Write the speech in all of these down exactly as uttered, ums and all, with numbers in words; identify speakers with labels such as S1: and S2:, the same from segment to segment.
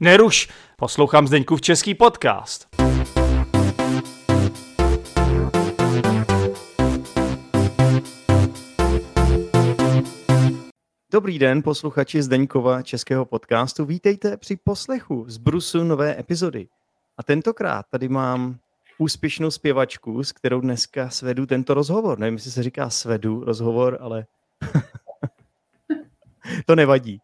S1: Neruš, poslouchám Zdeňkův český podcast. Dobrý den, posluchači Zdeňkova českého podcastu. Vítejte při poslechu z brusu nové epizody. A tentokrát tady mám úspěšnou zpěvačku, s kterou dneska svedu tento rozhovor. Nevím, jestli se říká svedu rozhovor, ale to nevadí.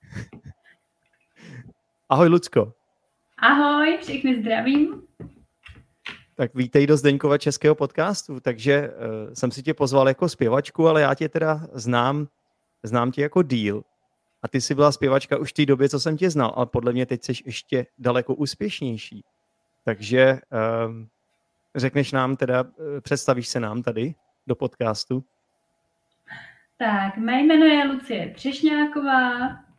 S1: Ahoj, Lucko.
S2: Ahoj, všechny zdravím.
S1: Tak vítej do Zdeňkova českého podcastu. Takže uh, jsem si tě pozval jako zpěvačku, ale já tě teda znám, znám tě jako díl. A ty jsi byla zpěvačka už v té době, co jsem tě znal, ale podle mě teď jsi ještě daleko úspěšnější. Takže um, řekneš nám teda, představíš se nám tady do podcastu?
S2: Tak, mé jméno je Lucie Třešňáková.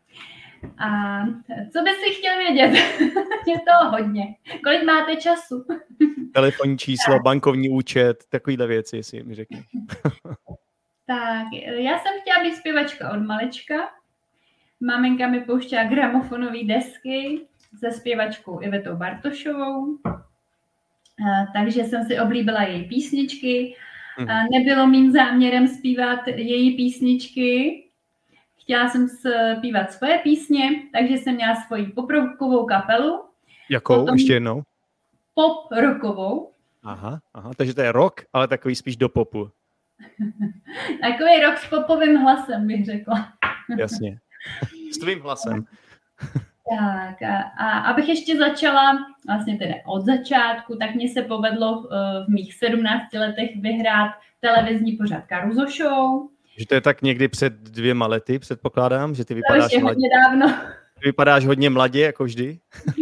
S2: A co bys si chtěl vědět? Je to hodně. Kolik máte času?
S1: Telefonní číslo, tak. Bankovní účet, takovýhle věci, jestli mi řekneš.
S2: Tak, já jsem chtěla být zpěvačka od malička. Maminka mi pouštěla gramofonové desky se zpěvačkou Ivetou Bartošovou. Takže jsem si oblíbila její písničky. Hmm. Nebylo mým záměrem zpívat její písničky. Chtěla jsem zpívat svoje písně, takže jsem měla svoji pop-rockovou kapelu.
S1: Jakou? Potom ještě jednou?
S2: Pop-rockovou.
S1: Aha, aha, takže to je rock, ale takový spíš do popu.
S2: Takový rock s popovým hlasem, bych řekla.
S1: Jasně. S tvým hlasem.
S2: Tak a, a abych ještě začala vlastně tedy od začátku, tak mně se povedlo v, v mých sedmnácti letech vyhrát televizní pořad Caruso Show.
S1: Že to je tak někdy před dvěma lety, předpokládám, že ty vypadáš
S2: to
S1: mladě.
S2: Dávno.
S1: Ty vypadáš hodně mladě, jako vždy.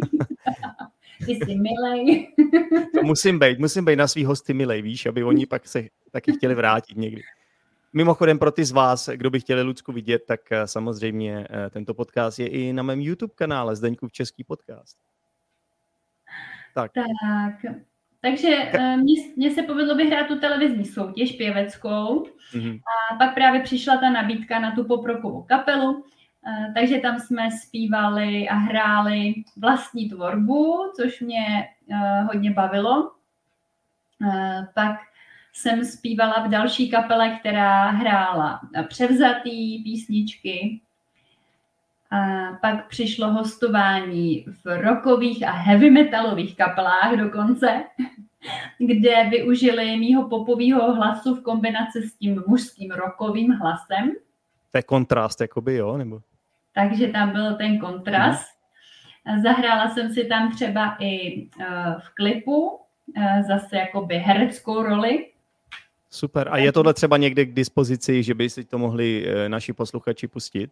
S2: Ty jsi milej.
S1: To musím být, musím být na svý hosty milej, víš, aby oni pak se taky chtěli vrátit někdy. Mimochodem pro ty z vás, kdo by chtěli Lucku vidět, tak samozřejmě tento podcast je i na mém YouTube kanále Zdeňkův český podcast.
S2: Tak. tak. Takže mně, mně se povedlo vyhrát tu televizní soutěž pěveckou mm-hmm. a pak právě přišla ta nabídka na tu poprockovou kapelu, takže tam jsme zpívali a hráli vlastní tvorbu, což mě hodně bavilo. Pak jsem zpívala v další kapele, která hrála převzatý písničky. A pak přišlo hostování v rockových a heavy metalových kapelách dokonce, kde využili mýho popovýho hlasu v kombinaci s tím mužským rockovým hlasem.
S1: To je kontrast, jakoby, jo? Nebo?
S2: Takže tam byl ten kontrast. Hmm. Zahrála jsem si tam třeba i uh, v klipu, uh, zase jakoby hereckou roli.
S1: Super. A je tohle třeba někde k dispozici, že by si to mohli uh, naši posluchači pustit?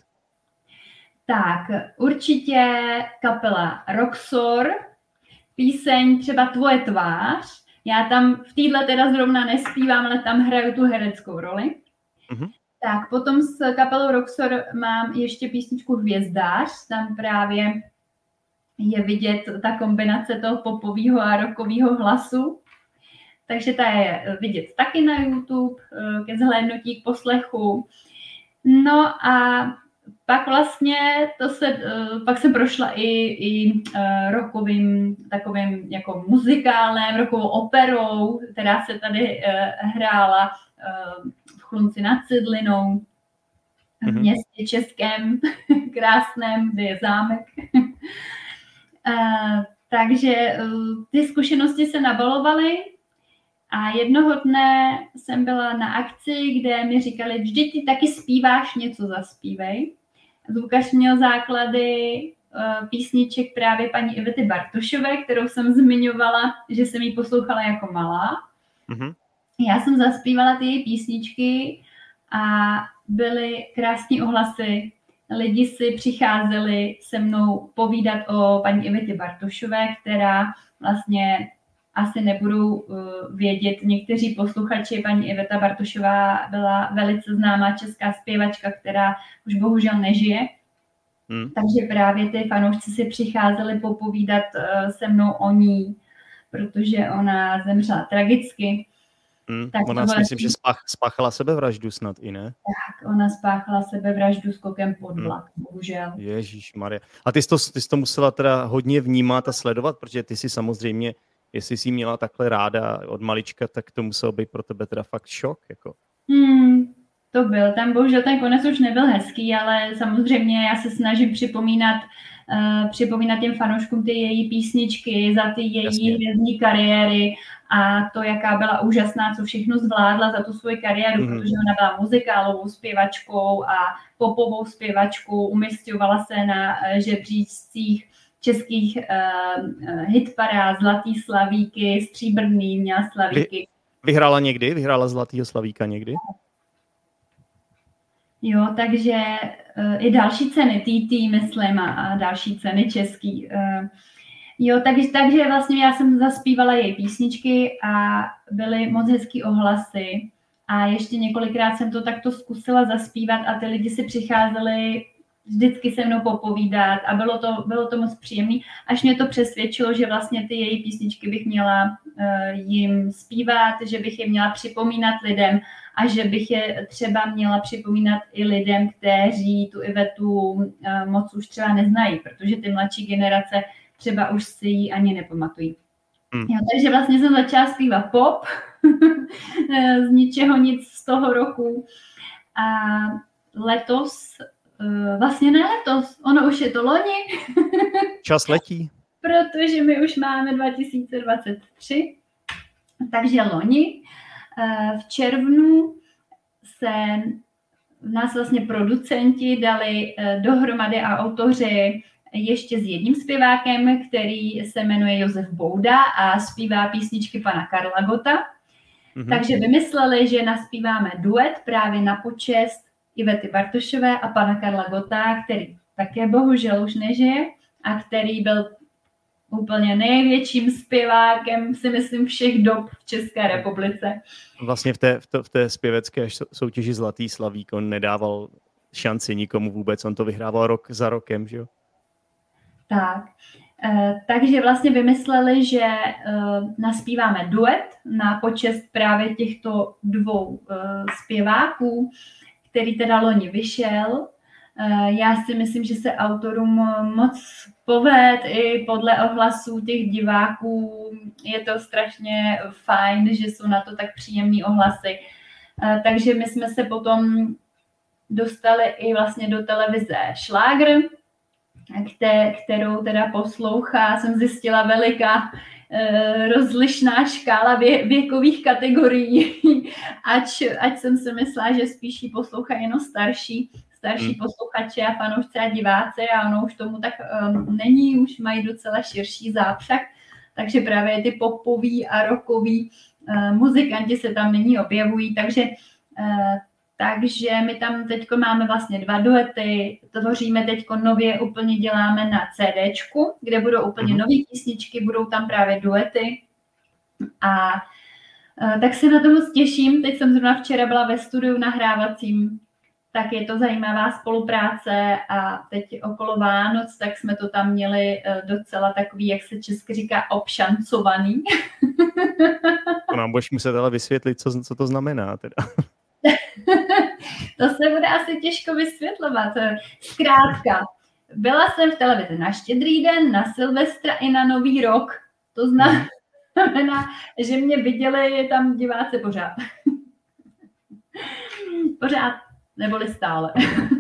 S2: Tak, určitě kapela Roxor, píseň třeba Tvoje tvář. Já tam v téhle teda zrovna nespívám, ale tam hraju tu hereckou roli. Mm-hmm. Tak, potom s kapelou Roxor mám ještě písničku Hvězdář. Tam právě je vidět ta kombinace toho popového a rockového hlasu. Takže ta je vidět taky na YouTube, ke zhlédnutí, k poslechu. No a pak vlastně to se, pak jsem prošla i, i uh, rockovým takovým jako muzikálem, rockovou operou, která se tady uh, hrála uh, v Chlumci nad Cidlinou, v městě českém, krásném, kde je zámek. uh, takže uh, ty zkušenosti se nabalovaly a jednoho dne jsem byla na akci, kde mi říkali, vždyť ty taky zpíváš, něco zaspívej. Zvukař měl základy uh, písniček právě paní Ivety Bartošové, kterou jsem zmiňovala, že jsem ji poslouchala jako malá. Mm-hmm. Já jsem zaspívala ty její písničky a byly krásné ohlasy. Lidi si přicházeli se mnou povídat o paní Ivetě Bartošové, která vlastně asi nebudou uh, vědět někteří posluchači. Paní Iveta Bartošová byla velice známá česká zpěvačka, která už bohužel nežije. Hmm. Takže právě ty fanoušci si přicházeli popovídat uh, se mnou o ní, protože ona zemřela tragicky.
S1: Hmm. Ona si myslím, že spách, spáchala sebevraždu snad i, ne?
S2: Tak, ona spáchala sebevraždu skokem pod vlak, hmm. bohužel.
S1: Ježišmarja. A ty jsi, to, ty jsi to musela teda hodně vnímat a sledovat, protože ty si samozřejmě, jestli jsi měla takhle ráda od malička, tak to muselo být pro tebe teda fakt šok, jako.
S2: Hmm, to byl. Tam bohužel ten konec už nebyl hezký, ale samozřejmě já se snažím připomínat Uh, připomínat těm fanouškům ty její písničky za ty její hvězdní kariéry a to, jaká byla úžasná, co všechno zvládla za tu svoji kariéru, mm. protože ona byla muzikálovou zpěvačkou a popovou zpěvačkou, umisťovala se na uh, žebříčcích českých uh, uh, hitparád, Zlatý slavíky, stříbrný, měla slavíky.
S1: Vy, vyhrála někdy? Vyhrála Zlatýho slavíka někdy?
S2: Jo, takže uh, i další ceny, T T, myslím, a, a další ceny český. Uh, jo, takže, takže vlastně já jsem zaspívala její písničky a byly moc hezký ohlasy a ještě několikrát jsem to takto zkusila zaspívat a ty lidi si přicházeli vždycky se mnou popovídat a bylo to, bylo to moc příjemné, až mě to přesvědčilo, že vlastně ty její písničky bych měla uh, jim zpívat, že bych je měla připomínat lidem a že bych je třeba měla připomínat i lidem, kteří tu Ivetu uh, moc už třeba neznají, protože ty mladší generace třeba už si ji ani nepamatují. Hmm. Jo, takže vlastně jsem začala zpívat pop z ničeho nic z toho roku a letos Vlastně ne letos, ono už je to loni.
S1: Čas letí.
S2: Protože my už máme dva tisíce dvacet tři, takže loni v červnu se nás vlastně producenti dali dohromady a autoři ještě s jedním zpěvákem, který se jmenuje Josef Bouda a zpívá písničky pana Karla Gotta. Mm-hmm. Takže vymysleli, že naspíváme duet právě na počest Ivety Bartošové a pana Karla Gotta, který také bohužel už nežije a který byl úplně největším zpěvákem, si myslím, všech dob v České republice.
S1: Vlastně v té, v to, v té zpěvecké soutěži Zlatý slavík on nedával šanci nikomu vůbec, on to vyhrával rok za rokem, že jo?
S2: Tak, e, takže vlastně vymysleli, že e, naspíváme duet na počest právě těchto dvou e, zpěváků, který teda loni vyšel. Já si myslím, že se autorům moc poved i podle ohlasů těch diváků. Je to strašně fajn, že jsou na to tak příjemný ohlasy. Takže my jsme se potom dostali i vlastně do televize Šlágr, kterou teda poslouchá, jsem zjistila, veliká rozlišná škála vě, věkových kategorií, ať, ať jsem si myslela, že spíš ji poslouchají jenom starší, starší hmm. posluchači a fanoušci a diváci a ono už tomu tak um, není, už mají docela širší zápřah, takže právě ty popoví a rockoví uh, muzikanti se tam nyní objevují, takže uh, Takže my tam teďko máme vlastně dva duety, tvoříme teďko nově, úplně děláme na CDčku, kde budou úplně nové písničky, budou tam právě duety. A tak se na to moc těším. Teď jsem zrovna včera byla ve studiu nahrávacím, tak je to zajímavá spolupráce a teď okolo Vánoc, tak jsme to tam měli docela takový, jak se česky říká, obšancovaný.
S1: To nám budeš muset ale vysvětlit, co, co to znamená teda.
S2: To se bude asi těžko vysvětlovat. Zkrátka, byla jsem v televizi na Štědrý den, na Silvestra i na Nový rok. To znamená, že mě viděli tam diváci pořád. Pořád, neboli stále.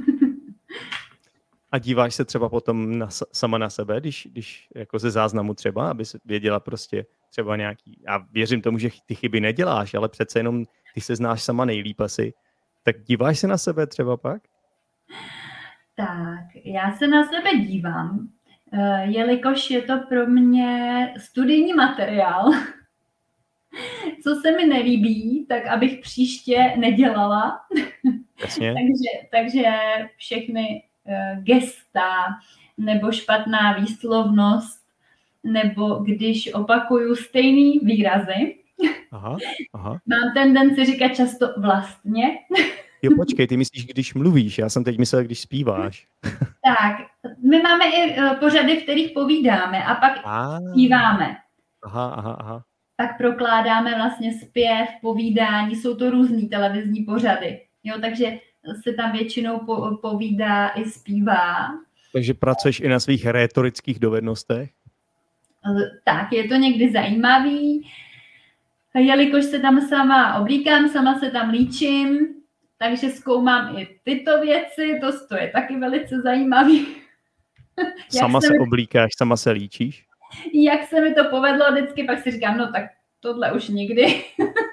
S1: A díváš se třeba potom na, sama na sebe, když, když jako ze záznamu třeba, aby se věděla prostě třeba nějaký, já věřím tomu, že ty chyby neděláš, ale přece jenom ty se znáš sama nejlíp asi, tak díváš se na sebe třeba pak?
S2: Tak, já se na sebe dívám, jelikož je to pro mě studijní materiál, co se mi nelíbí, tak abych příště nedělala.
S1: Jasně.
S2: takže, takže všechny gesta nebo špatná výslovnost, nebo když opakuju stejný výrazy,
S1: aha, aha.
S2: mám tendenci říkat často vlastně.
S1: Jo, počkej, ty myslíš, když mluvíš, já jsem teď myslel, když zpíváš.
S2: Tak, my máme i pořady, v kterých povídáme a pak
S1: ah.
S2: zpíváme.
S1: Aha, aha, aha.
S2: pak prokládáme vlastně zpěv, povídání, jsou to různý televizní pořady. Jo, takže se tam většinou po, povídá i zpívá.
S1: Takže pracuješ i na svých rétorických dovednostech?
S2: Tak, je to někdy zajímavý, jelikož se tam sama oblíkám, sama se tam líčím, takže zkoumám i tyto věci, to, to je taky velice zajímavý.
S1: Sama se, se oblíkáš, sama se líčíš?
S2: Jak se mi to povedlo vždycky, pak si říkám, no tak tohle už nikdy.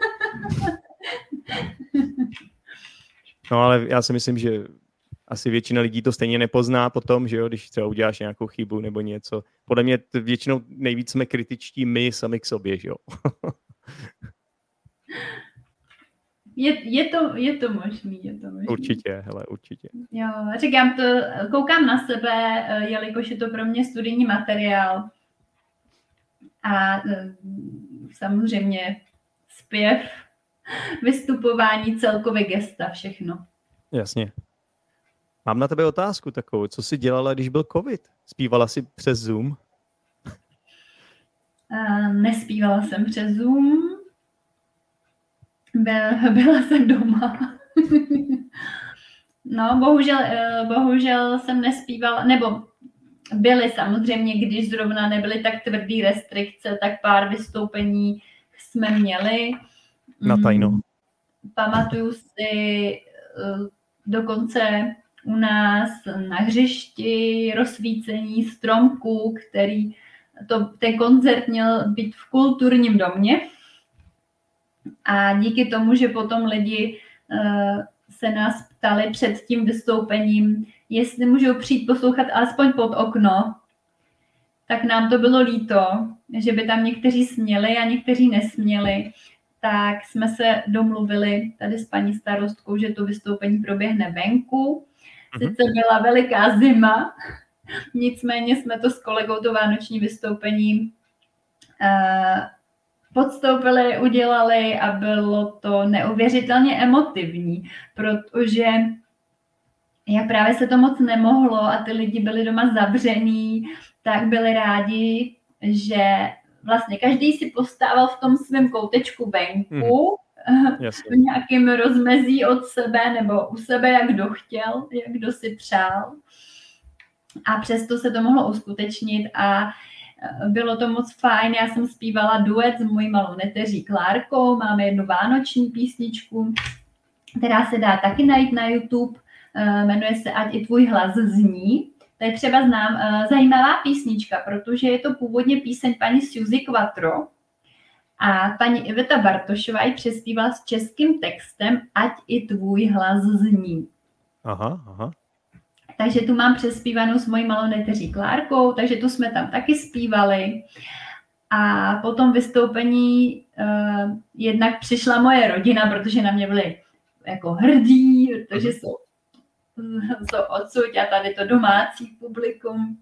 S1: No ale já si myslím, že asi většina lidí to stejně nepozná potom, že jo, když třeba uděláš nějakou chybu nebo něco. Podle mě většinou nejvíc jsme kritičtí my sami k sobě, že jo.
S2: Je, je, to, je to možný, je to možný.
S1: Určitě, hele, určitě.
S2: Jo, říkám to, koukám na sebe, jelikož je to pro mě studijní materiál. A samozřejmě zpěv, vystupování, celkově gesta, všechno.
S1: Jasně. Mám na tebe otázku takovou. Co jsi dělala, když byl covid? Zpívala jsi přes Zoom?
S2: Uh, nespívala jsem přes Zoom. Byl, byla jsem doma. No, bohužel, bohužel jsem nespívala, nebo byly samozřejmě, když zrovna nebyly tak tvrdý restrikce, tak pár vystoupení jsme měli.
S1: Na tajno.
S2: Pamatuju si dokonce u nás na hřišti rozsvícení stromků, který to, ten koncert měl být v kulturním domě. A díky tomu, že potom lidi uh, se nás ptali před tím vystoupením, jestli můžou přijít poslouchat alespoň pod okno, tak nám to bylo líto, že by tam někteří směli a někteří nesměli. Tak jsme se domluvili tady s paní starostkou, že to vystoupení proběhne venku. Sice byla veliká zima, nicméně jsme to s kolegou, to vánoční vystoupení, uh, podstoupili, udělali a bylo to neuvěřitelně emotivní, protože jak právě se to moc nemohlo a ty lidi byli doma zavřený, tak byli rádi, že vlastně každý si postával v tom svém koutečku venku, mm. v nějakém rozmezí od sebe nebo u sebe, jak kdo chtěl, jak kdo si přál. A přesto se to mohlo uskutečnit a bylo to moc fajn. Já jsem zpívala duet s mojí malou neteří Klárkou, máme jednu vánoční písničku, která se dá taky najít na YouTube, jmenuje se Ať i tvůj hlas zní. To je třeba znám zajímavá písnička, protože je to původně píseň paní Suzy Quattro a paní Iveta Bartošová ji přespívala s českým textem Ať i tvůj hlas zní.
S1: Aha, aha.
S2: Takže tu mám přespívanou s mojí malou neteří Klárkou, takže tu jsme tam taky zpívali. A po tom vystoupení uh, jednak přišla moje rodina, protože na mě byli jako hrdí, protože jsou, jsou odsud a tady to domácí publikum.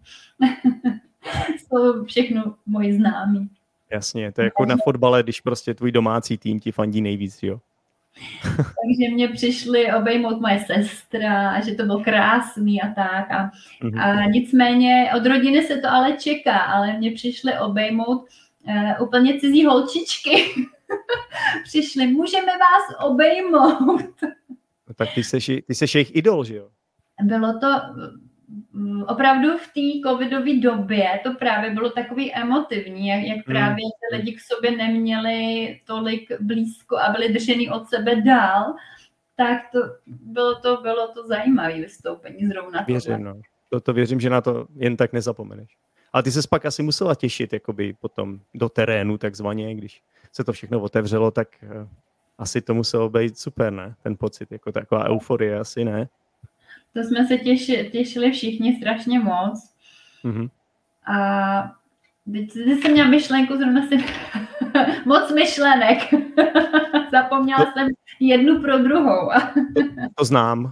S2: Jsou všechno moji známí.
S1: Jasně, to je jako na fotbale, když prostě tvůj domácí tým ti fandí nejvíc, jo?
S2: Takže mě přišli obejmout moje sestra a že to bylo krásný a tak. A, mm-hmm. a nicméně od rodiny se to ale čeká, ale mě přišli obejmout uh, úplně cizí holčičky. Přišli, můžeme vás obejmout.
S1: No, tak ty seš, ty seš jejich idol, že jo?
S2: Bylo to opravdu v té covidové době, to právě bylo takový emotivní, jak, jak právě ty lidi k sobě neměli tolik blízko a byli držený od sebe dál, tak to bylo to, bylo to zajímavé vystoupení zrovna.
S1: Věřím, no. To, to věřím, že na to jen tak nezapomeneš. Ale ty ses pak asi musela těšit jakoby potom do terénu takzvaně, když se to všechno otevřelo, tak uh, asi to muselo být super, ne? Ten pocit, jako taková euforie asi, ne?
S2: To jsme se těši, těšili všichni strašně moc. Mm-hmm. A teď jsem měla myšlenku, zrovna si moc myšlenek. Zapomněla to, jsem jednu pro druhou.
S1: to, to znám.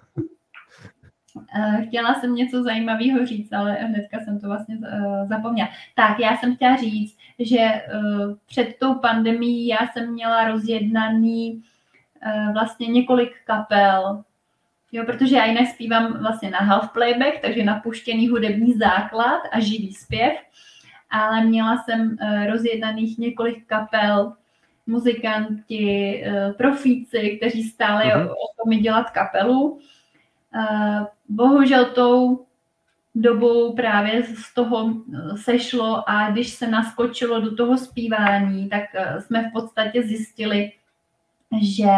S2: Chtěla jsem něco zajímavého říct, ale hnedka jsem to vlastně zapomněla. Tak, já jsem chtěla říct, že před tou pandemií já jsem měla rozjednaný vlastně několik kapel, jo, protože já jinak zpívám vlastně na half playback, takže napuštěný hudební základ a živý zpěv. ale měla jsem rozjednaných několik kapel, muzikanti, profíci, kteří stáli mm-hmm. o tom dělat kapelu. Bohužel tou dobou právě z toho sešlo a když se naskočilo do toho zpívání, tak jsme v podstatě zjistili, že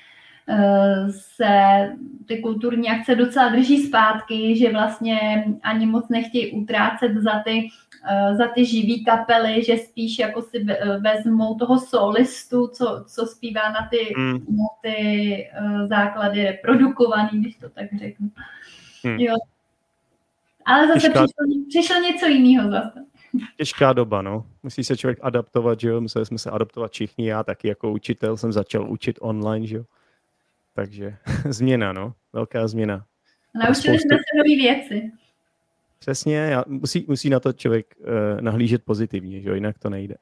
S2: se ty kulturní akce docela drží zpátky, že vlastně ani moc nechtějí utrácet za ty, za ty živý kapely, že spíš jako si vezmou toho solistu, co, co zpívá na ty, mm. na ty základy reprodukovaný, když to tak řeknu. Mm. Jo. Ale zase Těžká... přišlo, přišlo něco jiného zase.
S1: Těžká doba, no. Musí se člověk adaptovat, že jo? Museli jsme se adaptovat všichni. Já taky jako učitel jsem začal učit online, že jo? Takže změna, no. Velká změna.
S2: Naučili spoustu... jsme se nové věci.
S1: Přesně. Já, musí, musí na to člověk uh, nahlížet pozitivně, že jo? Jinak to nejde.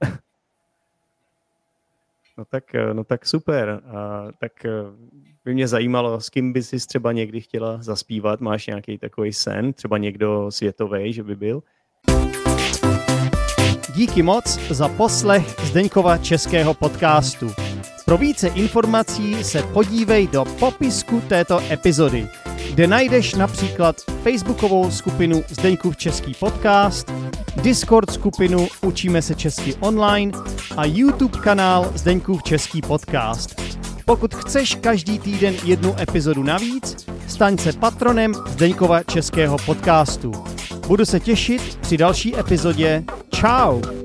S1: No tak, no tak super. A, tak by mě zajímalo, s kým by si třeba někdy chtěla zaspívat. Máš nějaký takový sen? Třeba někdo světový, že by byl?
S3: Díky moc za poslech Zdeňkova českého podcastu. Pro více informací se podívej do popisku této epizody, kde najdeš například facebookovou skupinu Zdeňkův český podcast, Discord skupinu Učíme se česky online a YouTube kanál Zdeňkův český podcast. Pokud chceš každý týden jednu epizodu navíc, staň se patronem Zdeňkova českého podcastu. Budu se těšit při další epizodě. Čau!